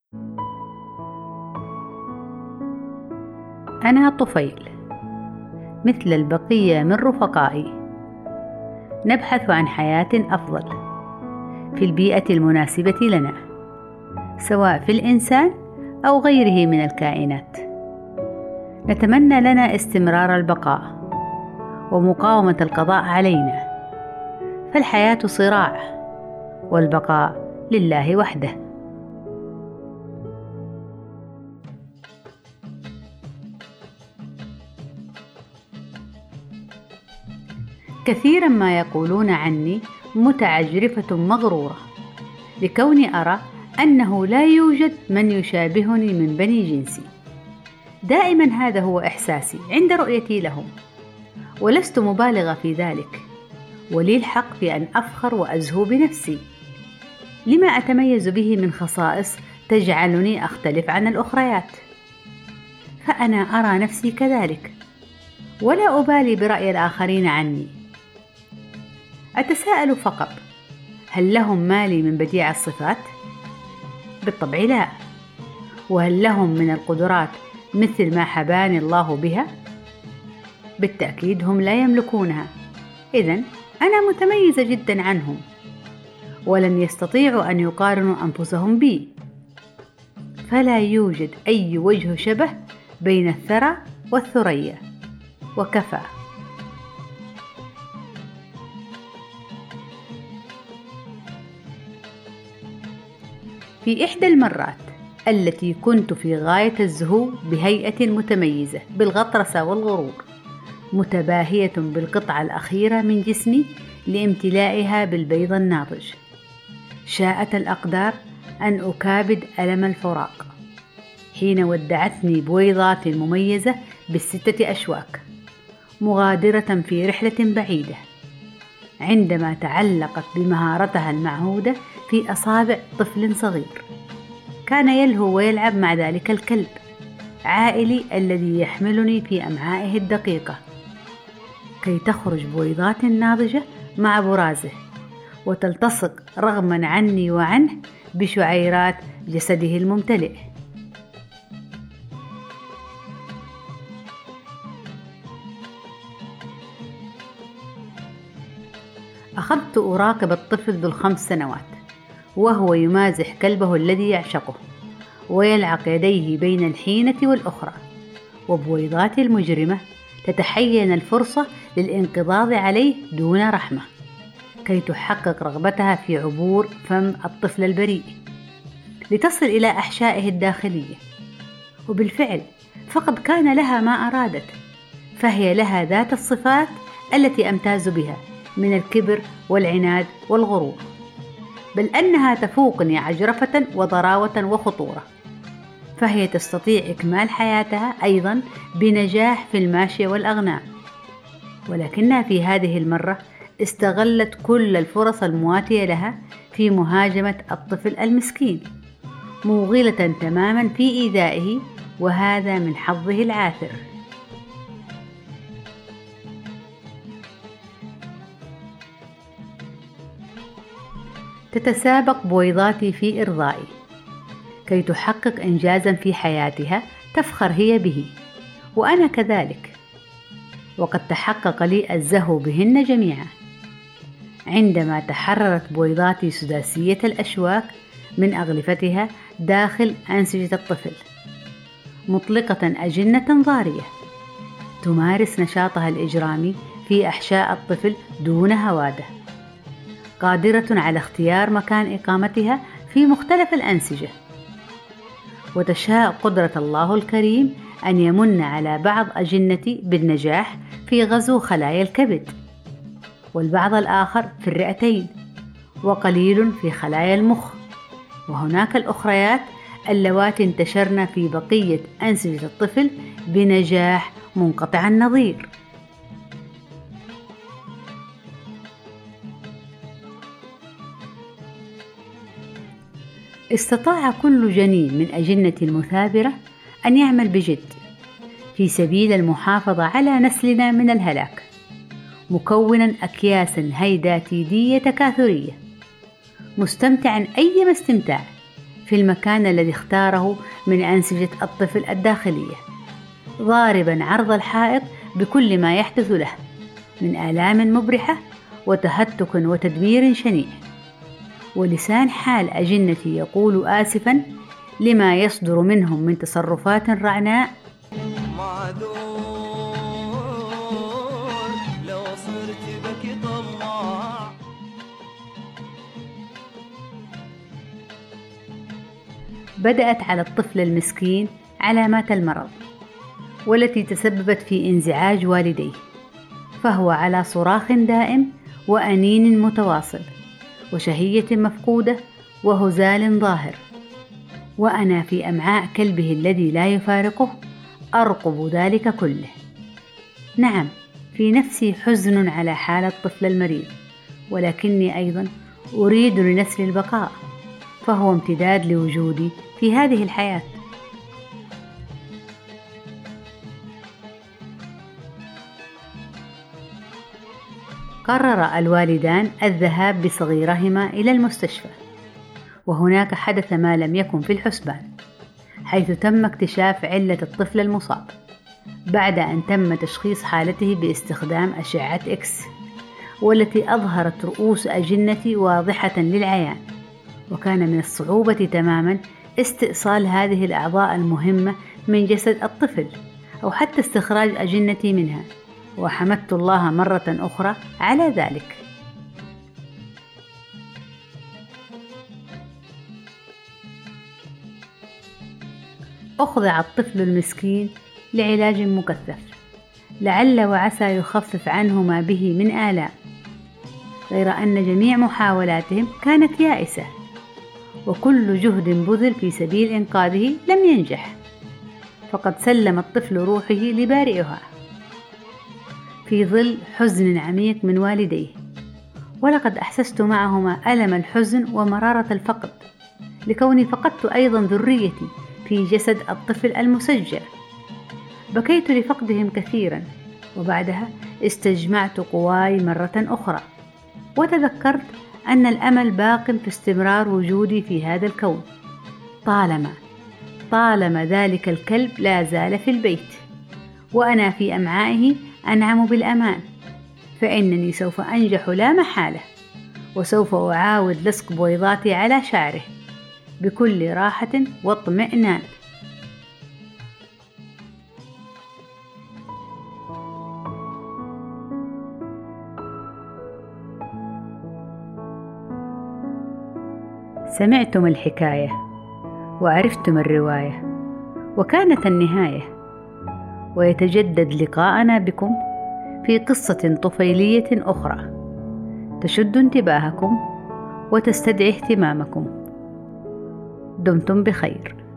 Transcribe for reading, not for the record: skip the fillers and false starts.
أنا طفيل مثل البقية من رفقائي، نبحث عن حياة أفضل في البيئة المناسبة لنا، سواء في الإنسان أو غيره من الكائنات. نتمنى لنا استمرار البقاء ومقاومة القضاء علينا، فالحياة صراع والبقاء لله وحده. كثيرا ما يقولون عني متعجرفة مغرورة لكوني أرى أنه لا يوجد من يشابهني من بني جنسي. دائما هذا هو إحساسي عند رؤيتي لهم، ولست مبالغة في ذلك، ولي الحق في أن أفخر وأزهو بنفسي لما أتميز به من خصائص تجعلني أختلف عن الأخريات. فأنا أرى نفسي كذلك، ولا أبالي برأي الآخرين عني. أتساءل فقط، هل لهم مالي من بديع الصفات؟ بالطبع لا. وهل لهم من القدرات مثل ما حباني الله بها؟ بالتأكيد هم لا يملكونها. إذن أنا متميزة جدا عنهم، ولن يستطيعوا أن يقارنوا أنفسهم بي. فلا يوجد أي وجه شبه بين الثرى والثريا، وكفى. في إحدى المرات التي كنت في غاية الزهو بهيئة متميزة بالغطرسة والغرور، متباهية بالقطعة الأخيرة من جسمي لامتلائها بالبيض الناضج، شاءت الأقدار أن أكابد ألم الفراق حين ودعتني بويضات مميزة بالستة أشواك، مغادرة في رحلة بعيدة، عندما تعلقت بمهارتها المعهودة في أصابع طفل صغير كان يلهو ويلعب مع ذلك الكلب عائلي الذي يحملني في أمعائه الدقيقة، كي تخرج بويضات ناضجة مع برازه وتلتصق رغما عني وعنه بشعيرات جسده الممتلئ. أخذت أراقب الطفل ذو ال5 سنوات وهو يمازح كلبه الذي يعشقه، ويلعق يديه بين الحينة والأخرى، وبويضات المجرمة تتحين الفرصة للانقضاض عليه دون رحمة، كي تحقق رغبتها في عبور فم الطفل البريء لتصل إلى أحشائه الداخلية. وبالفعل فقد كان لها ما أرادت، فهي لها ذات الصفات التي أمتاز بها من الكبر والعناد والغرور، بل أنها تفوقني عجرفة وضراوة وخطورة، فهي تستطيع إكمال حياتها أيضا بنجاح في الماشية والأغنام. ولكنها في هذه المرة استغلت كل الفرص المواتية لها في مهاجمة الطفل المسكين، موغلة تماما في إيذائه، وهذا من حظه العاثر. تتسابق بويضاتي في إرضائي كي تحقق إنجازا في حياتها تفخر هي به، وأنا كذلك. وقد تحقق لي الزهو بهن جميعا عندما تحررت بويضاتي سداسية الأشواك من أغلفتها داخل أنسجة الطفل، مطلقة أجنة ضارية تمارس نشاطها الإجرامي في أحشاء الطفل دون هوادة، قادرة على اختيار مكان إقامتها في مختلف الأنسجة. وتشاء قدرة الله الكريم أن يمن على بعض أجنتي بالنجاح في غزو خلايا الكبد، والبعض الآخر في الرئتين، وقليل في خلايا المخ، وهناك الأخريات اللواتي انتشرن في بقية أنسجة الطفل بنجاح منقطع النظير. استطاع كل جنين من أجنتي المثابرة أن يعمل بجد في سبيل المحافظة على نسلنا من الهلاك، مكونا أكياسا هيداتيدية تكاثرية، مستمتعا أيما استمتاع في المكان الذي اختاره من أنسجة الطفل الداخلية، ضاربا عرض الحائط بكل ما يحدث له من آلام مبرحة وتهتك وتدمير شنيع. ولسان حال أجنتي يقول آسفا لما يصدر منهم من تصرفات رعناء. لو صرت بك طماع. بدأت على الطفل المسكين علامات المرض، والتي تسببت في انزعاج والديه، فهو على صراخ دائم وأنين متواصل وشهية مفقودة وهزال ظاهر، وأنا في أمعاء كلبه الذي لا يفارقه أرقب ذلك كله. نعم، في نفسي حزن على حال الطفل المريض، ولكني أيضا أريد لنسل البقاء، فهو امتداد لوجودي في هذه الحياة. قرر الوالدان الذهاب بصغيرهما إلى المستشفى، وهناك حدث ما لم يكن في الحسبان، حيث تم اكتشاف علة الطفل المصاب بعد أن تم تشخيص حالته باستخدام أشعة إكس، والتي أظهرت رؤوس أجنة واضحة للعيان، وكان من الصعوبة تماما استئصال هذه الأعضاء المهمة من جسد الطفل أو حتى استخراج أجنتي منها، وحمدت الله مرة أخرى على ذلك. أخضع الطفل المسكين لعلاج مكثف لعل وعسى يخفف عنه ما به من آلام، غير أن جميع محاولاتهم كانت يائسة، وكل جهد بذل في سبيل إنقاذه لم ينجح، فقد سلم الطفل روحه لبارئها في ظل حزن عميق من والديه، ولقد أحسست معهما ألم الحزن ومرارة الفقد، لكوني فقدت أيضا ذريتي في جسد الطفل المسجع. بكيت لفقدهم كثيرا، وبعدها استجمعت قواي مرة أخرى، وتذكرت أن الأمل باق في استمرار وجودي في هذا الكون طالما ذلك الكلب لا زال في البيت، وأنا في أمعائه أنعم بالأمان، فإنني سوف أنجح لا محالة، وسوف أعاود لصق بويضاتي على شعره بكل راحة واطمئنان. سمعتم الحكاية وعرفتم الرواية، وكانت النهاية، ويتجدد لقاءنا بكم في قصة طفيلية أخرى تشد انتباهكم وتستدعي اهتمامكم. دمتم بخير.